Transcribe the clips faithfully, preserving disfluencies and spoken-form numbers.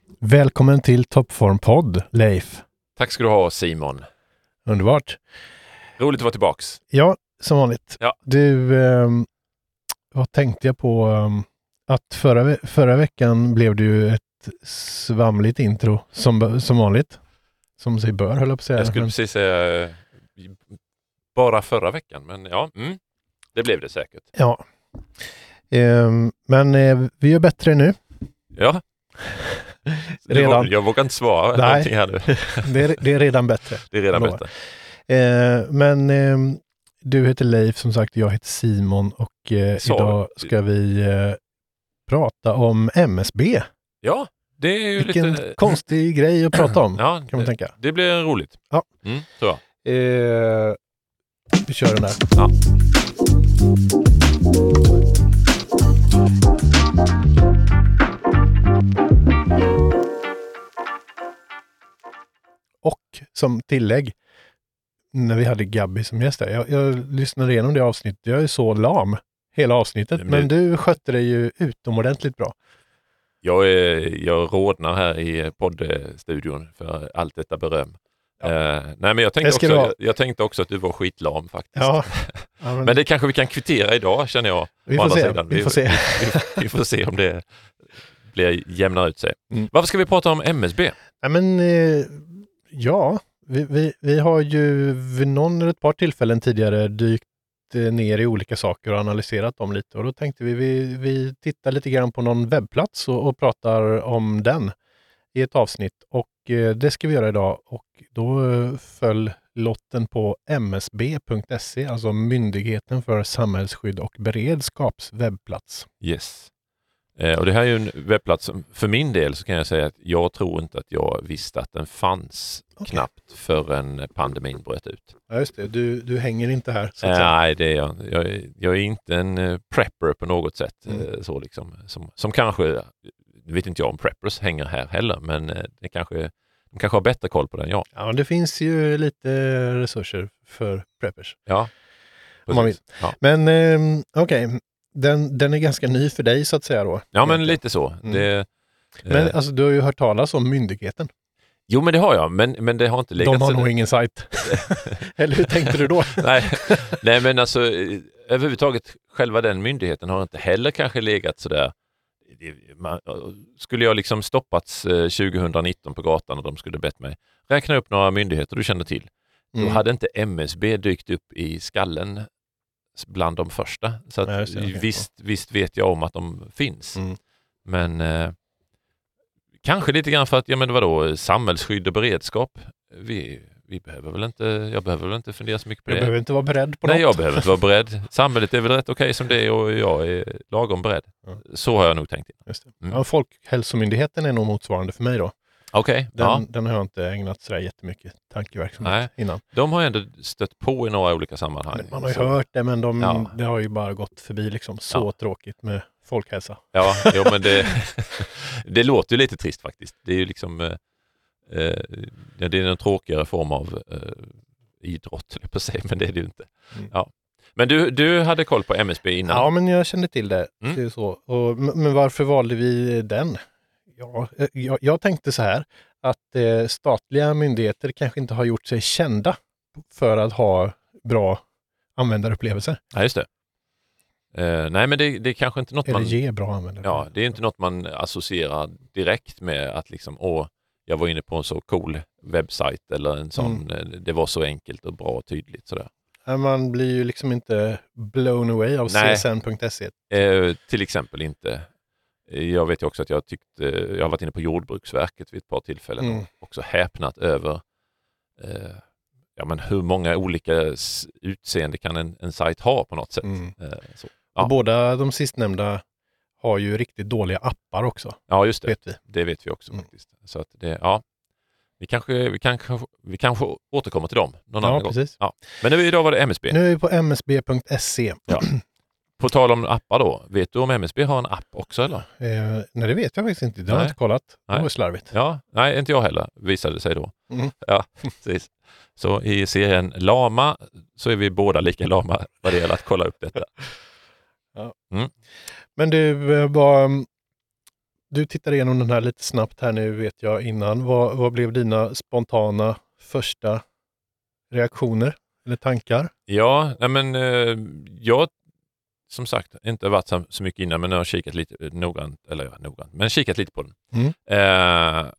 Välkommen till Toppform-podd, Leif. Tack ska du ha, Simon. Underbart. Roligt att vara tillbaks. Ja, som vanligt. Ja. Du, eh, vad tänkte jag på? Um, att förra, ve- förra veckan blev det ju ett svamligt intro, som, som vanligt. Som sig bör, höll jag på att säga. Jag skulle Men, precis säga eh, bara förra veckan, men ja, mm, det blev det säkert. ja. Ehm, men eh, vi gör bättre nu. Ja. Redan. Jag vågar inte svara Nej. någonting här nu. Det är, det är redan bättre. Det är redan Jag lovar. bättre. Eh, men eh, du heter Leif, som sagt, jag heter Simon och eh, Så. idag ska vi eh, prata om M S B. Ja, det är ju Vilken lite... konstig grej att prata om, Ja, kan man det, tänka. det blir roligt. Ja. Mm, tror jag. Eh, vi kör den där. Ja. Och som tillägg, när vi hade Gabby som gäst där, jag, jag lyssnade igenom det avsnittet, jag är så lam hela avsnittet, Men men det- du skötte det ju utomordentligt bra. Jag, är, jag rådnar här i poddstudion för allt detta beröm. Ja. Eh, nej, men jag tänkte, Det ska också, det vara. jag, jag tänkte också att du var skitlam faktiskt. Ja, ja, men, Men det kanske vi kan kvittera idag, känner jag. vi, Å får andra se, sidan. vi får se. Vi, vi får se om det blir jämnar ut sig. Mm. Varför ska vi prata om M S B? Nej, men eh, ja, vi, vi, vi har ju vid någon eller ett par tillfällen tidigare dykt eh, ner i olika saker och analyserat dem lite. Och då tänkte vi, vi, vi tittar lite grann på någon webbplats och, och pratar om den i ett avsnitt. Och eh, det ska vi göra idag. Och då eh, föll lotten på m s b punkt se, alltså Myndigheten för samhällsskydd och beredskaps webbplats. Yes. Eh, och det här är ju en webbplats som, för min del så kan jag säga att jag tror inte att jag visste att den fanns Okej. knappt förrän pandemin bröt ut. Ja, just det. Du, du hänger inte här. Så att Eh, säga. nej, det är jag. Jag är, jag är inte en eh, prepper på något sätt. Mm. eh, Så liksom, som, som kanske, nu vet inte jag om preppers hänger här heller, men eh, det kanske, de kanske har bättre koll på den än jag. Ja, det finns ju lite resurser för preppers. Ja, Om man precis. Ja. Men eh, okej, den, den är ganska ny för dig så att säga då. Ja, men egentligen. lite så. Mm. Det, Men eh, alltså, du har ju hört talas om myndigheten. jo, men det har jag, men, men det har inte legat... De har så- nog ingen sajt. Eller hur tänkte du då? nej, nej, men alltså eh, överhuvudtaget själva den myndigheten har inte heller kanske legat sådär. Det- man- Skulle jag liksom stoppats eh, tjugonitton på gatan och de skulle bett mig räkna upp några myndigheter du känner till, Mm. då hade inte M S B dykt upp i skallen bland de första. Så att, Nej, just det, okej. visst, visst vet jag om att de finns. Mm. Men eh, kanske lite grann för att, ja men vadå, samhällsskydd och beredskap. Vi, vi behöver väl inte, jag behöver väl inte fundera så mycket på Jag det. behöver inte vara beredd på Nej, något. jag behöver inte vara beredd. Samhället är väl rätt okej som det är och jag är lagom beredd. Ja. Så har jag nog tänkt. Just det. Mm. Ja, Folkhälsomyndigheten är nog motsvarande för mig då. Okej, Den, ja. den har jag inte ägnat sådär jättemycket tankeverksamhet Nej. innan. De har ändå stött på i några olika sammanhang. Men man har ju Så- hört det, men de, Ja. det har ju bara gått förbi liksom. Så Ja. tråkigt med folkhälsa. Ja, jo, men det, det låter ju lite trist faktiskt. Det är ju liksom eh, eh, ja, det är en tråkigare form av eh, idrott, höll jag på att säga, men det är det ju inte. Mm. Ja. Men du, du hade koll på M S B innan? Ja, men jag kände till det. Mm. det är så. Och, m- men varför valde vi den? Ja, eh, jag, jag tänkte så här, att eh, statliga myndigheter kanske inte har gjort sig kända för att ha bra användarupplevelser. Ja, just det. Eh, nej, men det, det är kanske inte något Eller man... ge bra användarupplevelser. Ja, det är inte något man associerar direkt med att liksom, åh, jag var inne på en så cool webbsajt eller en sån, eh, det var så enkelt och bra och tydligt sådär. Ja, man blir ju liksom inte blown away av Nej. c s n punkt se. Eh, till exempel inte. Eh, Jag vet ju också att jag tyckte, jag har varit inne på Jordbruksverket vid ett par tillfällen Mm. och också häpnat över eh, ja, men hur många olika s- utseende kan en, en sajt ha på något sätt. Mm. Eh, så. Ja. Och båda de sistnämnda har ju riktigt dåliga appar också, Ja, just det. vet vi. Det vet vi också Mm. faktiskt. Så att det, ja, vi kanske, vi kanske, vi kanske återkommer till dem någon annan Ja, gång. precis. Ja. Men nu idag var det M S B. Nu är vi på m s b punkt se. Ja. På tal om appar då, vet du om M S B har en app också eller? Eh, nej, det vet jag faktiskt inte. Det har jag Nej. inte kollat. Det Nej. var slarvigt. Ja, nej, inte jag heller, visade det sig då. Mm. Ja, precis. Så i serien Lama så är vi båda lika lama vad det gäller att kolla upp detta. Men du, eh, vad, du tittar igenom den här lite snabbt här nu vet jag innan. Vad, vad blev dina spontana första reaktioner eller tankar? Ja, nej men eh, jag som sagt inte varit så, så mycket innan, men jag har kikat lite noggrant, eller ja, noggrant, men kikat lite på den. Mm. Eh,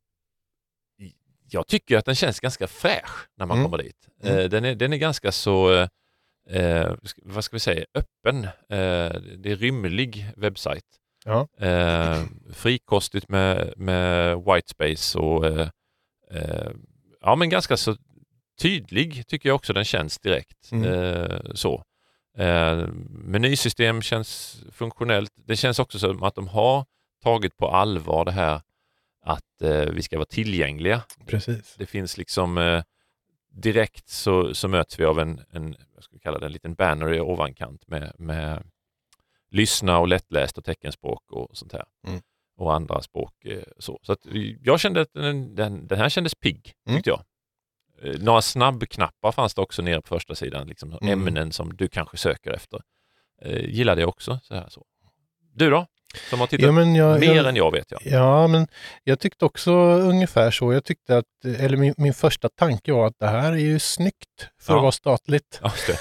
jag tycker att den känns ganska fräsch när man Mm. kommer dit. Mm. Eh, den, är, den är ganska så, eh, vad ska vi säga, öppen. Eh, det är rymlig webbsajt. Ja. Eh, frikostigt med, med whitespace och eh, eh, ja, men ganska så tydlig tycker jag också den känns direkt. Mm. Eh, så. Eh, menysystem känns funktionellt. Det känns också som att de har tagit på allvar det här att eh, vi ska vara tillgängliga. Precis. Det finns liksom eh, direkt så, så möts vi av en, en vad ska vi kalla det, en liten banner i ovankant med, med lyssna och lättläst och teckenspråk och sånt här. Mm. Och andra språk. Eh, så så att jag kände att den, den, den här kändes pigg, Mm. tyckte jag. Eh, några snabbknappar fanns det också nere på första sidan. Liksom, Mm. ämnen som du kanske söker efter. Eh, gillade jag också. Så här, så. Du då? Som har tittat Ja, men jag, mer jag, än jag vet jag. Ja, men jag tyckte också ungefär så. Jag tyckte att, eller min, min första tanke var att det här är ju snyggt för Ja. att vara statligt. Ja, just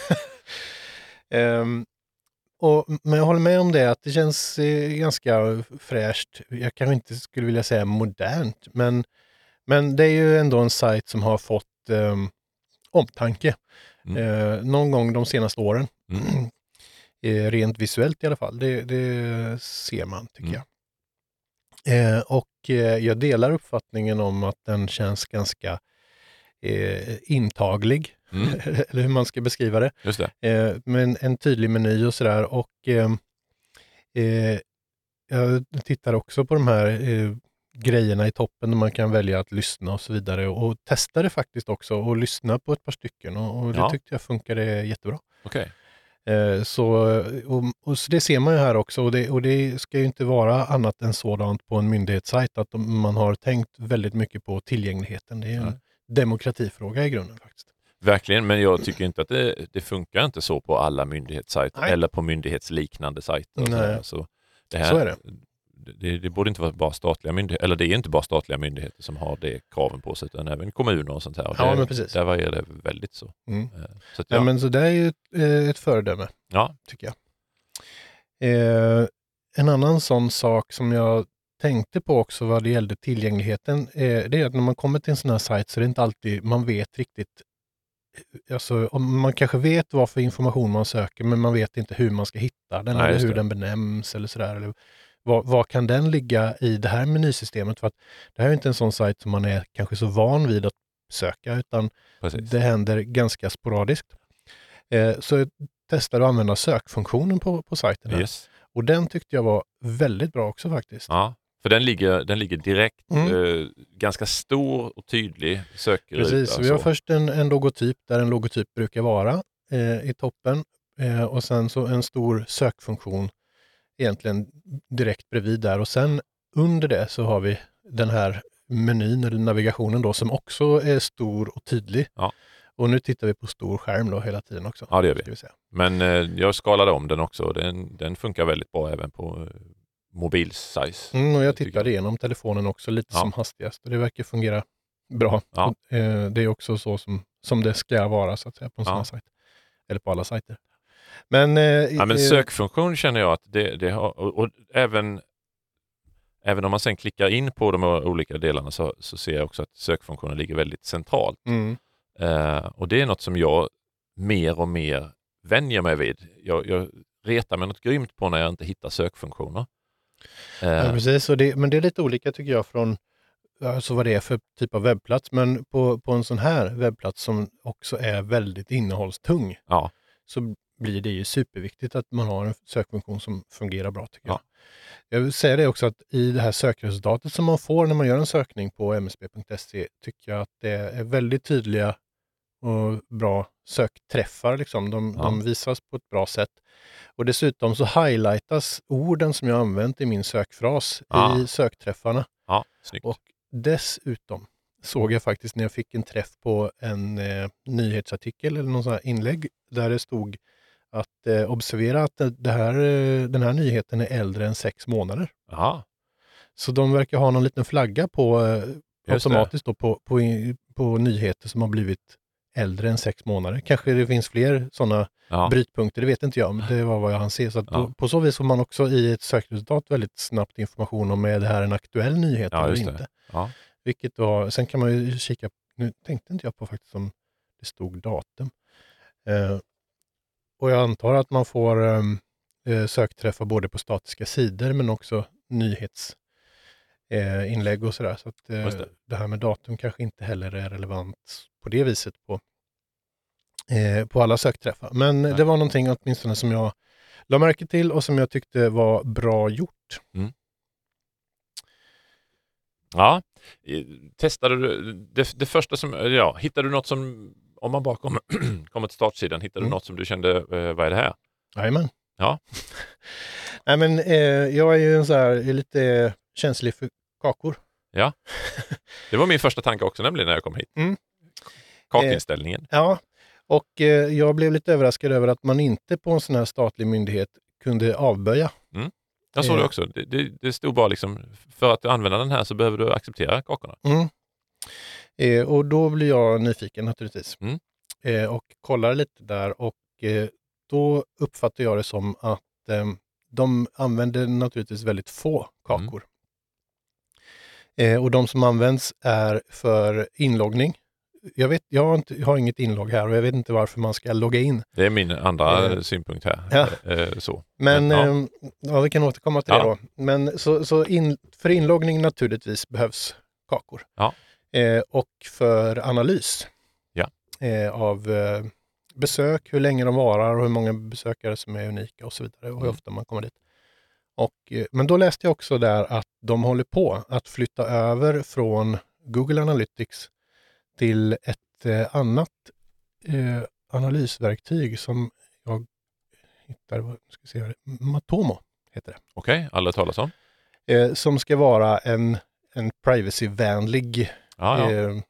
det. um, och, men jag håller med om det, att det känns eh, ganska fräscht. Jag kanske inte skulle vilja säga modernt, men, men det är ju ändå en sajt som har fått um, omtanke. Mm. Eh, någon gång de senaste åren. Mm. Eh, rent visuellt i alla fall. Det, det ser man, tycker Mm. jag. Eh, och eh, jag delar uppfattningen om att den känns ganska eh, intaglig. Mm. Eller hur man ska beskriva det. Just det. Eh, med en tydlig meny och sådär. Och eh, eh, jag tittar också på de här eh, grejerna i toppen där man kan välja att lyssna och så vidare. Och testade faktiskt också och lyssna på ett par stycken. Och, och det Ja. tyckte jag funkade jättebra. Okej. Eh, så, och, och så det ser man ju här också. Och det, och det ska ju inte vara annat än sådant på en myndighetssajt. Att de, man har tänkt väldigt mycket på tillgängligheten. Det är en Ja. demokratifråga i grunden faktiskt. Verkligen, men jag tycker inte att det, det funkar inte så på alla myndighetssajter Nej. eller på myndighetsliknande sajter. Och Nej. sådär. Så, det här, Så är det. Det, det borde inte vara bara statliga myndigheter, eller det är inte bara statliga myndigheter som har det kraven på sig, utan även kommuner och sånt här. Och Ja, det, men precis. Där varierar det väldigt så. Mm. Eh, så att, Ja. ja. men så det är ju ett, eh, ett föredöme, ja. tycker jag. Eh, en annan sån sak som jag tänkte på också vad det gällde tillgängligheten, eh, det är att när man kommer till en sån här sajt så är det inte alltid man vet riktigt, alltså om man kanske vet vad för information man söker, men man vet inte hur man ska hitta den Nej, eller just hur det. den benämns eller sådär. Eller vad, vad kan den ligga i det här menysystemet? För att det här är inte en sån sajt som man är kanske så van vid att söka, utan Precis. det händer ganska sporadiskt. Eh, så jag testade att använda sökfunktionen på, på sajten här. Yes. Och den tyckte jag var väldigt bra också faktiskt. Ja, för den ligger, den ligger direkt, Mm. eh, ganska stor och tydlig sökruta. Precis, så vi har så. först en, en logotyp där en logotyp brukar vara eh, i toppen. Eh, och sen så en stor sökfunktion egentligen direkt bredvid där. Och sen under det så har vi den här menyn eller navigationen då som också är stor och tydlig. Ja. Och nu tittar vi på stor skärm då hela tiden också. Ja, det gör ska vi. vi säga. Men eh, jag skalade om den också. Den, den funkar väldigt bra även på eh, mobilsize. Mm, och jag tycker tittade igenom telefonen också lite Ja. som hastigast och det verkar fungera bra. Ja. Och, eh, det är också så som, som det ska vara så att säga på en Ja. sån här sajt. Eller på alla sajter. Men, eh, Ja, men eh, sökfunktion känner jag att det, det har, och, och även, även om man sen klickar in på de olika delarna så, så ser jag också att sökfunktionen ligger väldigt centralt. mm, Eh, och det är något som jag mer och mer vänjer mig vid. Jag, jag retar mig något grymt på när jag inte hittar sökfunktioner. Eh, ja, precis. Och det, men det är lite olika tycker jag från alltså vad det är för typ av webbplats. Men på, på en sån här webbplats som också är väldigt innehållstung ja, så blir det ju superviktigt att man har en sökfunktion som fungerar bra tycker Ja. jag. Jag vill säga det också att i det här sökresultatet som man får när man gör en sökning på m s b punkt se tycker jag att det är väldigt tydliga och bra sökträffar. Liksom. De, Ja. de visas på ett bra sätt. Och dessutom så highlightas orden som jag använt i min sökfras Ja. i sökträffarna. ja, snyggt. Och dessutom såg jag faktiskt när jag fick en träff på en eh, nyhetsartikel eller någon sån här inlägg där det stod att eh, observera att det, det här, eh, den här nyheten är äldre än sex månader. Aha. Så de verkar ha någon liten flagga på eh, Just automatiskt då, på, på, på nyheter som har blivit äldre än sex månader. Kanske det finns fler sådana Ja. brytpunkter, det vet inte jag, men det var vad jag hann se. Så att Ja. då, på så vis får man också i ett sökresultat väldigt snabbt information om är det här en aktuell nyhet Ja, eller just det. inte. Ja. Vilket var, sen kan man ju kika, nu tänkte inte jag på faktiskt om det stod datum. Eh, och jag antar att man får eh, sökträffar både på statiska sidor men också nyhetsinlägg eh, inlägg och sådär. Så att eh, Just det. det här med datum kanske inte heller är relevant på det viset på, eh, på alla sökträffar. Men Nej. det var någonting åtminstone som jag la märke till och som jag tyckte var bra gjort. Mm. Ja, Eh, testade du det, det första som, ja, hittade du något som, om man bara kommer, kommer till startsidan, hittade Mm. du något som du kände, eh, vad är det här? Jajamän. Ja. Nej men eh, jag är ju en så här, är lite känslig för kakor. Ja, det var min första tanke också nämligen när jag kom hit. Mm. Kakinställningen. Ja, och eh, jag blev lite överraskad över att man inte på en sån här statlig myndighet kunde avböja. Jag såg det eh. också. Det, det, det stod bara liksom, för att använda den här så behöver du acceptera kakorna. Mm. Eh, och då blir jag nyfiken naturligtvis. Mm. Eh, och kollar lite där och eh, då uppfattar jag det som att eh, de använder naturligtvis väldigt få kakor. Mm. Eh, och de som används är för inloggning. Jag, vet, jag, har inte, jag har inget inlogg här och jag vet inte varför man ska logga in. Det är min andra Eh. synpunkt här. Ja. Eh, så. Men, Men, ja. ja. ja, vi kan återkomma till Ja. det då. Men så, så in, för inloggning naturligtvis behövs kakor. Ja. Eh, och för analys Ja. eh, av eh, besök, hur länge de varar och hur många besökare som är unika och så vidare och hur Mm. ofta man kommer dit. Och, eh, men då läste jag också där att de håller på att flytta över från Google Analytics till ett eh, annat eh, analysverktyg som jag hittar, vad ska jag säga, Matomo heter det. Okej, alla talas om. Eh, som ska vara en, en privacyvänlig Ja, ja. eh,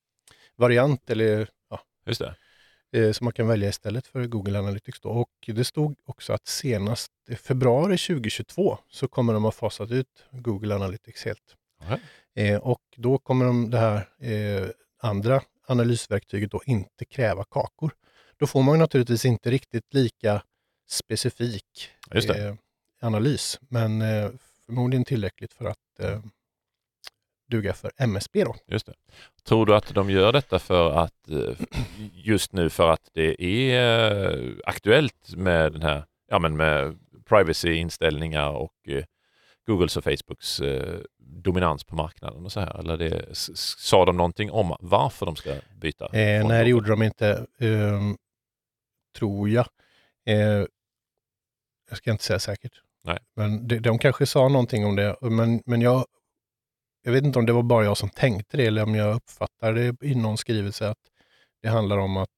variant eller ja, Just det. eh, som man kan välja istället för Google Analytics då. Och det stod också att senast i februari tjugohundratjugotvå så kommer de ha fasat ut Google Analytics helt. Okej. Eh, och då kommer de det här eh, andra analysverktyget då inte kräva kakor. Då får man naturligtvis inte riktigt lika specifik Just det. eh, analys, men eh, förmodligen tillräckligt för att eh, duga för M S B då. Just det. Tror du att de gör detta för att eh, just nu för att det är eh, aktuellt med den här, ja men med privacy-inställningar och eh, Googles och Facebooks eh, dominans på marknaden och så här? Eller det, s- sa de någonting om varför de ska byta? Eh, från nej, det Google? gjorde de inte, eh, tror jag. Eh, jag ska inte säga säkert. Nej. Men de, de kanske sa någonting om det, men, men jag, jag vet inte om det var bara jag som tänkte det eller om jag uppfattade det i någon skrivelse att det handlar om att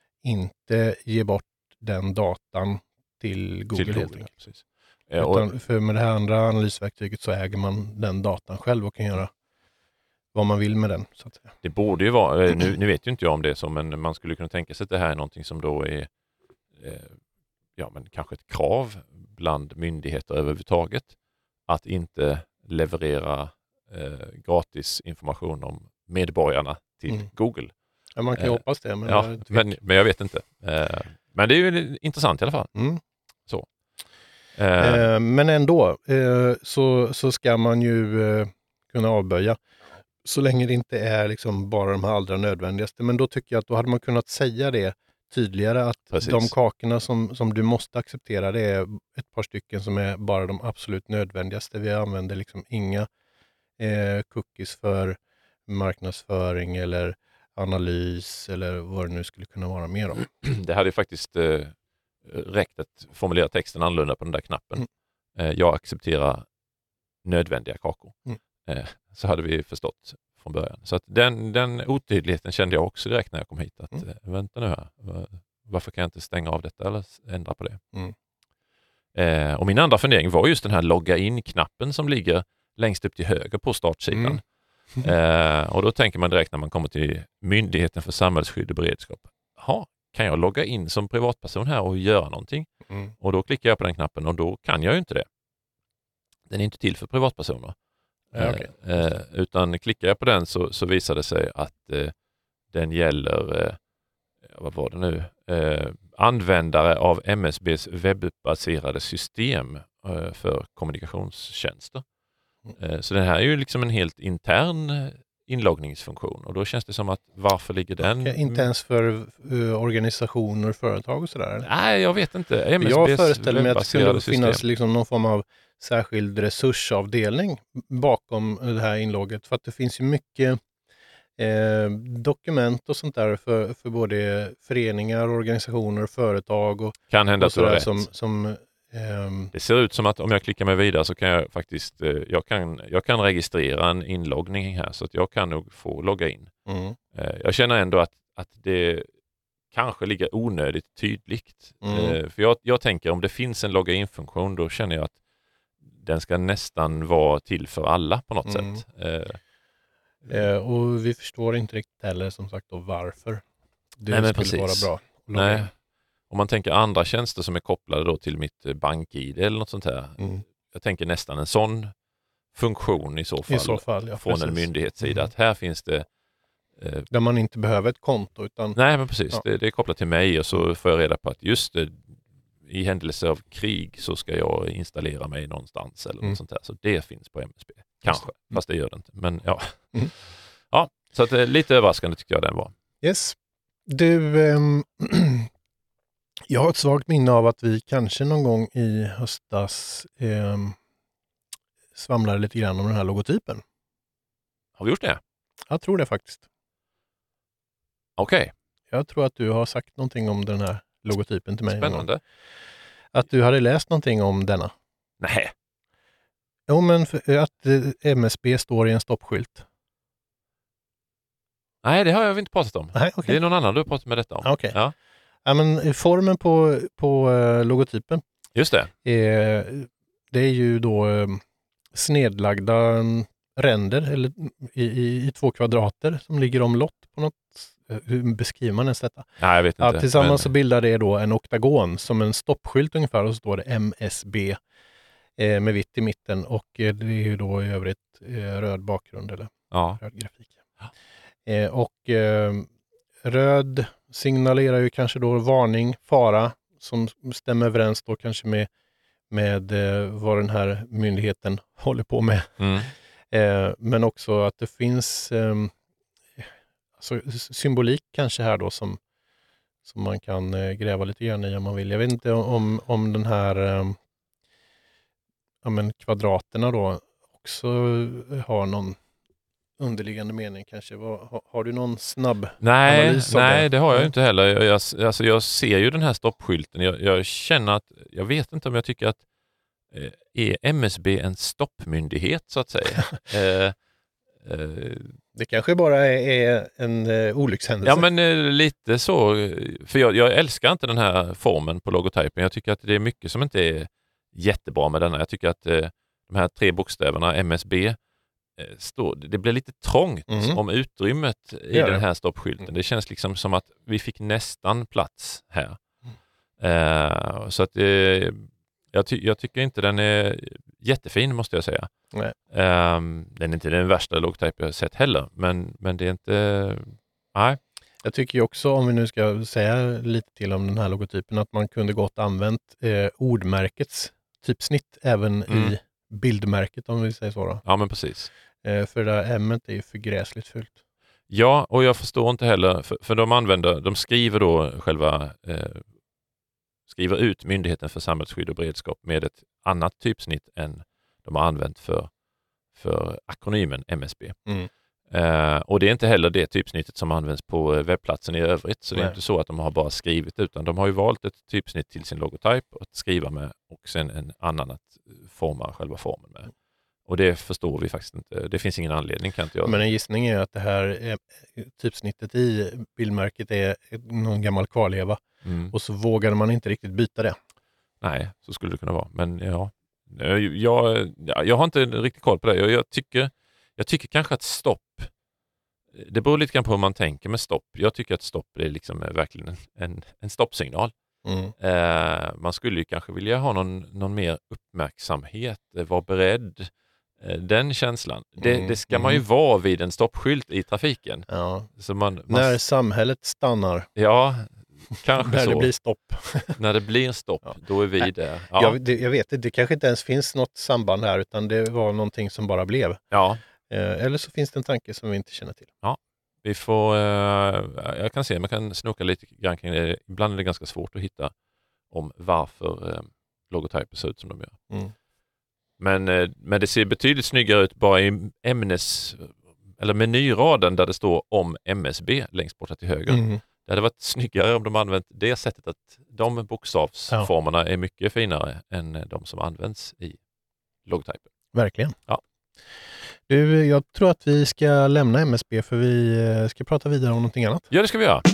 inte ge bort den datan till Google. Till helt Google, enkelt. precis. Eh, och, Utan, för med det här andra analysverktyget så äger man den datan själv och kan göra vad man vill med den. Så att säga. det borde ju vara, eh, nu, nu vet ju inte jag om det är så, men man skulle kunna tänka sig att det här är någonting som då är eh, ja, men kanske ett krav bland myndigheter överhuvudtaget att inte leverera eh, gratis information om medborgarna till Mm. Google. Ja, man kan ju Eh, hoppas det. Men, Ja, jag vet. men, men jag vet inte. Eh, men det är ju intressant i alla fall. Mm. Eh, Eh, men ändå eh, så, så ska man ju eh, kunna avböja så länge det inte är liksom bara de här allra nödvändigaste. Men då tycker jag att då hade man kunnat säga det tydligare att Precis. de kakorna som, som du måste acceptera det är ett par stycken som är bara de absolut nödvändigaste. Vi använder liksom inga eh, cookies för marknadsföring eller analys eller vad det nu skulle kunna vara mer om. det hade ju faktiskt eh, räckt att formulera texten annorlunda på den där knappen. Mm. Eh, jag accepterar nödvändiga kakor. Mm. Eh, så hade vi förstått från början. Så att den, den otydligheten kände jag också direkt när jag kom hit. Att, Mm. eh, vänta nu här, varför kan jag inte stänga av detta eller ändra på det? Mm. Eh, och min andra fundering var just den här logga in-knappen som ligger längst upp till höger på startsidan. Mm. Eh, och då tänker man direkt när man kommer till Myndigheten för samhällsskydd och beredskap. Jaha, kan jag logga in som privatperson här och göra någonting? Mm. Och då klickar jag på den knappen och då kan jag ju inte det. Den är inte till för privatpersoner. Ja, okay. eh, utan klickar jag på den så, så visar det sig att eh, den gäller, eh, vad var det nu, eh, användare av M S B:s webbaserade system eh, för kommunikationstjänster. Eh, så det här är ju liksom en helt intern inloggningsfunktion och då känns det som att varför ligger den... Okay, inte ens för uh, organisationer, företag och sådär? Nej, jag vet inte. M S B:s jag föreställer mig att det skulle system. finnas liksom någon form av särskild resursavdelning bakom det här inlogget. För att det finns ju mycket eh, dokument och sånt där för, för både föreningar, organisationer, företag och, kan hända och sådär rätt. som... som ehm... Det ser ut som att om jag klickar mig vidare så kan jag faktiskt eh, jag kan, jag kan registrera en inloggning här så att jag kan nog få logga in. Mm. Eh, jag känner ändå att, att det kanske ligger onödigt tydligt. Mm. Eh, för jag, jag tänker om det finns en logga in-funktion då känner jag att den ska nästan vara till för alla på något Mm. sätt. Eh, Eh, och vi förstår inte riktigt heller som sagt då varför det Nej, men skulle precis. vara bra. Nej. Om man tänker andra tjänster som är kopplade då till mitt bank-I D eller något sånt här. Mm. Jag tänker nästan en sån funktion i så fall, I så fall ja, från precis. en myndighetssida. Mm. Att här finns det... Eh, Där man inte behöver ett konto utan... Nej men precis, ja. det, det är kopplat till mig och så får jag reda på att just det, i händelse av krig så ska jag installera mig någonstans eller mm. något sånt där. Så det finns på M S B. Kanske, mm. fast det gör det inte. Men ja, mm. ja så att, lite överraskande tycker jag den var. Yes. Du, ähm, jag har ett svagt minne av att vi kanske någon gång i höstas ähm, svamlade lite grann om den här logotypen. Har vi gjort det? Jag tror det faktiskt. Okej. Okay. Jag tror att du har sagt någonting om den här logotypen till mig. Spännande. Att du hade läst någonting om denna. Nej. Jo, men för att M S B står i en stoppskylt. Nej, det har jag inte pratat om. Nej, okay. Det är någon annan du har pratat med detta om. Okay. Ja. Ja, men formen på, på uh, logotypen. Just det. Är, det är ju då uh, snedlagda um, ränder eller, i, i, i två kvadrater som ligger omlott på något. Hur beskriver man ens detta? Nej, jag vet inte. Ja, tillsammans men... så bildar det då en oktagon som en stoppskylt ungefär och så står det M S B eh, med vitt i mitten och eh, det är ju då i övrigt eh, röd bakgrund eller ja. röd grafik. Ja. Eh, och eh, röd signalerar ju kanske då varning, fara som stämmer överens då kanske med, med eh, vad den här myndigheten håller på med. Mm. Eh, men också att det finns eh, alltså, symbolik kanske här då som, som man kan eh, gräva lite grann i om man vill. Jag vet inte om, om den här eh, ja, men kvadraterna då också har någon underliggande mening kanske. Vad, har, har du någon snabb nej, analys av nej, det? det har jag inte heller. Jag, jag, alltså jag ser ju den här stoppskylten. Jag, jag känner att, jag vet inte om jag tycker att eh, är M S B en stoppmyndighet så att säga? eh, eh, det kanske bara är, är en eh, olyckshändelse. Ja, men eh, lite så. För jag, jag älskar inte den här formen på logotypen. Jag tycker att det är mycket som inte är jättebra med denna. Jag tycker att eh, de här tre bokstäverna M S B eh, står, det blir lite trångt mm. om utrymmet i ja, den här stoppskylten. Mm. Det känns liksom som att vi fick nästan plats här. Mm. Eh, så att eh, jag, ty- jag tycker inte den är jättefin måste jag säga. Nej. Um, den är inte den värsta logotyp jag har sett heller, men, men det är inte... Nej. Jag tycker ju också, om vi nu ska säga lite till om den här logotypen, att man kunde gott använt eh, ordmärkets typsnitt även mm. i bildmärket om vi säger så då. Ja, men precis. Eh, för det där M är ju för gräsligt fult. Ja, och jag förstår inte heller, för, för de använder, de skriver då själva eh, skriver ut Myndigheten för samhällsskydd och beredskap med ett annat typsnitt än de har använt för, för akronymen M S B. Mm. Uh, och det är inte heller det typsnittet som används på webbplatsen i övrigt. Så Nej. Det är inte så att de har bara skrivit, utan de har ju valt ett typsnitt till sin logotyp att skriva med och sen en annan att forma själva formen med. Och det förstår vi faktiskt inte. Det finns ingen anledning, kan inte jag. Men en gissning är att det här typsnittet i bildmärket är någon gammal kvarleva. Mm. Och så vågade man inte riktigt byta det. Nej, så skulle det kunna vara. Men ja, jag, jag har inte riktigt koll på det. Jag, jag, tycker, jag tycker kanske att stopp, det beror lite grann på hur man tänker med stopp. Jag tycker att stopp är liksom verkligen en, en, en stoppsignal. Mm. Eh, man skulle ju kanske vilja ha någon, någon mer uppmärksamhet, vara beredd. Den känslan. Det, Mm, det ska man ju mm. vara vid en stoppskylt i trafiken. Ja. Så man, man, När samhället stannar, ja, kanske när så. det blir stopp. När det blir stopp, Ja. då är vi Nej, där. Ja. Jag, det, jag vet inte, det kanske inte ens finns något samband här, utan det var någonting som bara blev. ja, Eh, eller så finns det en tanke som vi inte känner till. vi får... Eh, jag kan se, man kan snoka lite grann kring det. Ibland är det ganska svårt att hitta om varför eh, logotyper ser ut som de gör. Mm. Men, eh, men det ser betydligt snyggare ut bara i ämnes... eller menyraden där det står om M S B längst borta till höger. Mm. Det hade varit snyggare om de använt det sättet, att de bokstavsformerna är mycket finare än de som används i logotyper. Verkligen. Ja. Du, jag tror att vi ska lämna M S B för vi eh, ska prata vidare om någonting annat. Ja, det ska vi göra.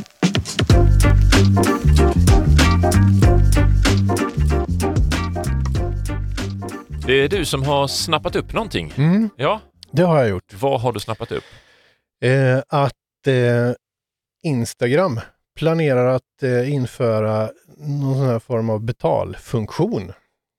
Det är du som har snappat upp någonting. Mm, Ja, det har jag gjort. vad har du snappat upp? Eh, att eh, Instagram planerar att eh, införa någon sån här form av betalfunktion.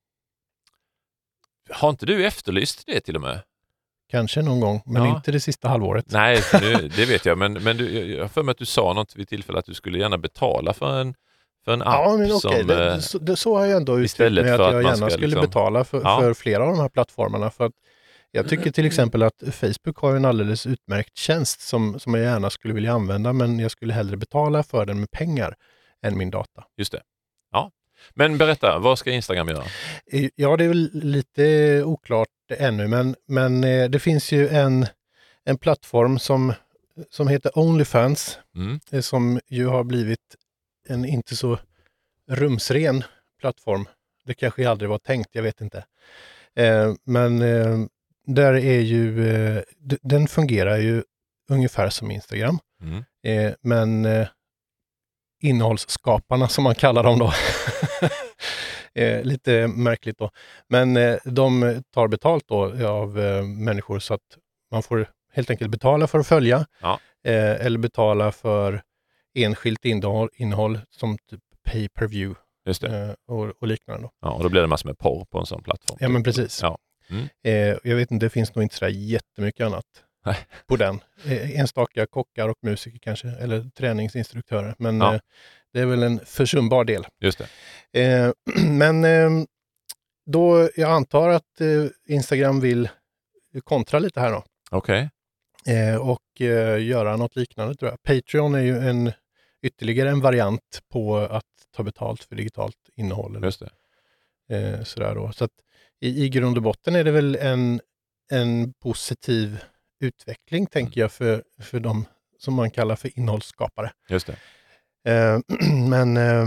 Har inte du efterlyst det till och med? Kanske någon gång, men Ja. inte det sista halvåret. Nej, för nu, det vet jag. Men, men du, jag har för mig att du sa något vid tillfälle att du skulle gärna betala för en, för en app Ja, men okej. som... Det, eh, det, så, det, så har jag ändå uttryckt istället mig, att för att jag man gärna ska skulle liksom- betala för, Ja. för flera av de här plattformarna. För att jag tycker till exempel att Facebook har en alldeles utmärkt tjänst som, som jag gärna skulle vilja använda, men jag skulle hellre betala för den med pengar än min data. Just det. Ja. Men berätta, vad ska Instagram göra? Eh, Ja, det är väl lite oklart ännu, men, men eh, det finns ju en, en plattform som, som heter OnlyFans, Mm. eh, som ju har blivit en inte så rumsren plattform. Det kanske aldrig var tänkt, jag vet inte. Eh, men eh, där är ju, eh, d- den fungerar ju ungefär som Instagram. Mm. Eh, men eh, innehållsskaparna som man kallar dem då, eh, lite märkligt då. Men eh, de tar betalt då av eh, människor, så att man får helt enkelt betala för att följa, Ja. eh, eller betala för enskilt innehåll, innehåll som typ pay-per-view Just det. eh, och, och liknande. Då. Ja, och då blir det massor med porr på en sån plattform. Ja, men precis. Ja. Mm. Eh, jag vet inte, det finns nog inte så där jättemycket annat Nej. på den. Eh, enstaka kockar och musiker kanske, eller träningsinstruktörer. Men Ja. eh, det är väl en försumbar del. Just det. Eh, men eh, då, jag antar att eh, Instagram vill kontra lite här då. Okej. Eh, och eh, göra något liknande, tror jag. Patreon är ju en ytterligare en variant på att ta betalt för digitalt innehåll. Eller, Just det. eh, sådär då. Så att i, i grund och botten är det väl en, en positiv utveckling, tänker jag, för, för de som man kallar för innehållsskapare. Just det. Eh, men eh,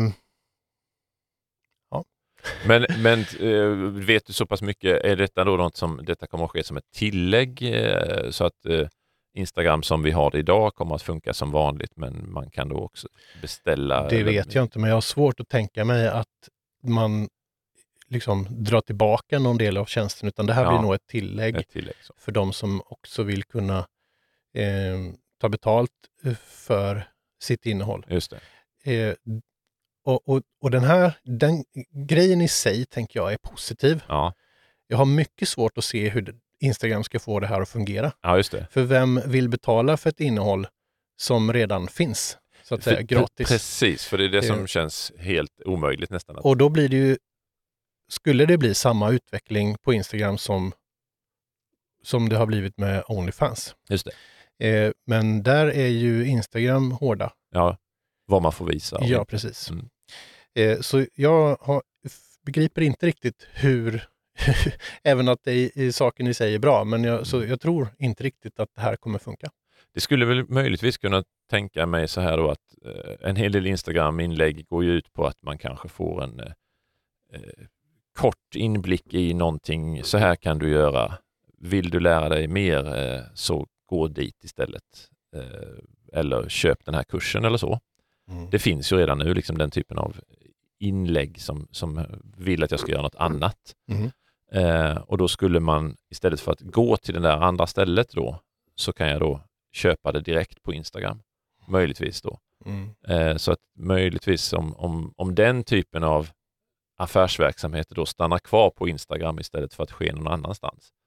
Men, men eh, vet du så pass mycket, är detta då något som detta kommer att ske som ett tillägg eh, så att eh, Instagram som vi har det idag kommer att funka som vanligt, men man kan då också beställa? det eller- vet jag inte, men jag har svårt att tänka mig att man liksom drar tillbaka någon del av tjänsten, utan det här Ja. blir nog ett tillägg Ett tillägg så. för de som också vill kunna eh, ta betalt eh, för sitt innehåll. Just det. Eh, och, och, och den här den grejen i sig, tänker jag, är positiv. Ja. Jag har mycket svårt att se hur Instagram ska få det här att fungera. Ja, just det. För vem vill betala för ett innehåll som redan finns, så att säga, För- gratis? Precis, för det är det som Eh. känns helt omöjligt nästan. Att, Och då blir det ju, skulle det bli samma utveckling på Instagram som, som det har blivit med OnlyFans. just det. Eh, men där är ju Instagram hårda. Ja, vad man får visa. och Ja, inte. precis. Mm. Eh, så jag har, f- begriper inte riktigt hur, även att det i, i saken i sig är bra, men jag, så jag tror inte riktigt att det här kommer funka. Det skulle väl möjligtvis kunna tänka mig så här då att eh, en hel del Instagram-inlägg går ju ut på att man kanske får en eh, eh, kort inblick i någonting. Så här kan du göra. Vill du lära dig mer eh, så gå dit istället. Eh, eller köp den här kursen eller så. Mm. Det finns ju redan nu liksom den typen av inlägg som, som vill att jag ska göra något annat. Mm. Eh, och då skulle man istället för att gå till det där andra stället då, så kan jag då köpa det direkt på Instagram. Möjligtvis då. Mm. Eh, så att möjligtvis om, om, om den typen av affärsverksamheter då stannar kvar på Instagram istället för att ske någon annanstans.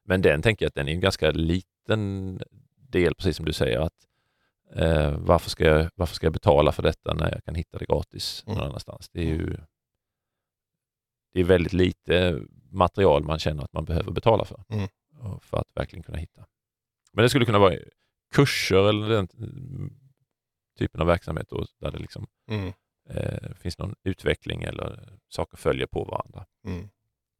men den tänker jag att den är en ganska liten del, precis som du säger, att eh, varför, ska jag, varför ska jag betala för detta när jag kan hitta det gratis någon Mm. annanstans? Det är ju det är väldigt lite material man känner att man behöver betala för. Mm. För att verkligen kunna hitta. Men det skulle kunna vara kurser eller den typen av verksamhet då, där det liksom Mm. eh, finns någon utveckling eller saker följer på varandra. Mm.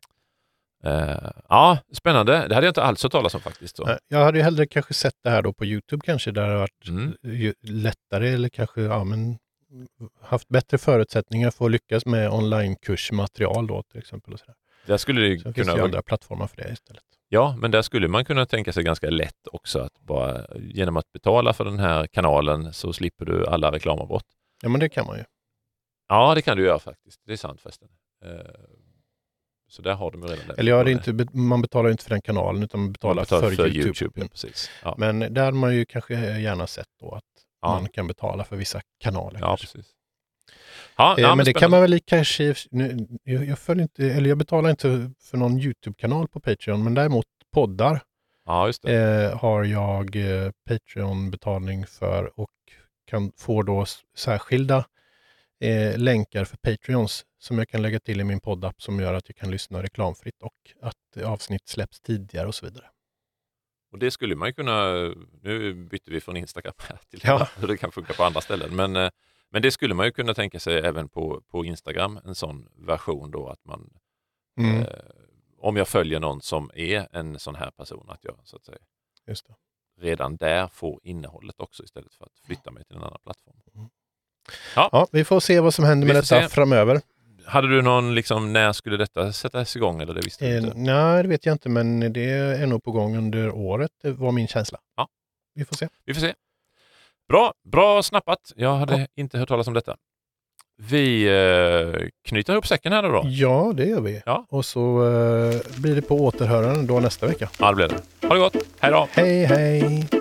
Eh, ja, spännande. Det hade jag inte alls hört talas om faktiskt. Så. Jag hade ju hellre kanske sett det här då på YouTube kanske, där det har varit Mm. ju lättare eller kanske ja, men, haft bättre förutsättningar för att lyckas med onlinekursmaterial då till exempel. Och så där. Där skulle det Så finns kunna det ju vara... andra plattformar för det istället. Ja, men där skulle man kunna tänka sig ganska lätt också att bara genom att betala för den här kanalen så slipper du alla reklamavbrott. Ja, men det kan man ju. Ja, det kan du göra faktiskt. Det är sant förresten. Eh, så där har de ju redan det. Eller ja, det är inte, man betalar inte för den kanalen utan man betalar, Man betalar för, för YouTube. YouTube. Ja, precis. Ja. Men där har man ju kanske gärna sett då att Ja. man kan betala för vissa kanaler. Ja, kanske. precis. Ja, Eh, ja, men men det kan spännande. man väl kanske, nu, jag, jag, följer inte, eller jag betalar inte för någon YouTube-kanal på Patreon, men däremot poddar Ja, just det. eh, har jag eh, Patreon-betalning för och kan få då s- särskilda eh, länkar för Patreons som jag kan lägga till i min poddapp som gör att jag kan lyssna reklamfritt och att avsnitt släpps tidigare och så vidare. Och det skulle man ju kunna, nu bytte vi från Instagram här till Ja. hur det kan funka på andra ställen. Men, eh, men det skulle man ju kunna tänka sig även på, på Instagram, en sån version då att man, Mm, eh, om jag följer någon som är en sån här person, att jag så att säga just det. redan där får innehållet också istället för att flytta mig till en annan plattform. Ja, vi får se vad som händer Vi med får detta se. framöver. Hade du någon, liksom, när skulle detta sättas igång eller det visste du Eh, inte? nej, det vet jag inte, men det är nog på gång under året, det var min känsla. Ja. Vi får se. Vi får se. Bra, bra snappat. Jag hade Ja. inte hört talas om detta. Vi eh, knyter ihop säcken här då. då. Ja, det gör vi. Ja. Och så eh, blir det på återhörande då nästa vecka. Ja, det blir det. Ha det gott. Hej då! Hej, hej!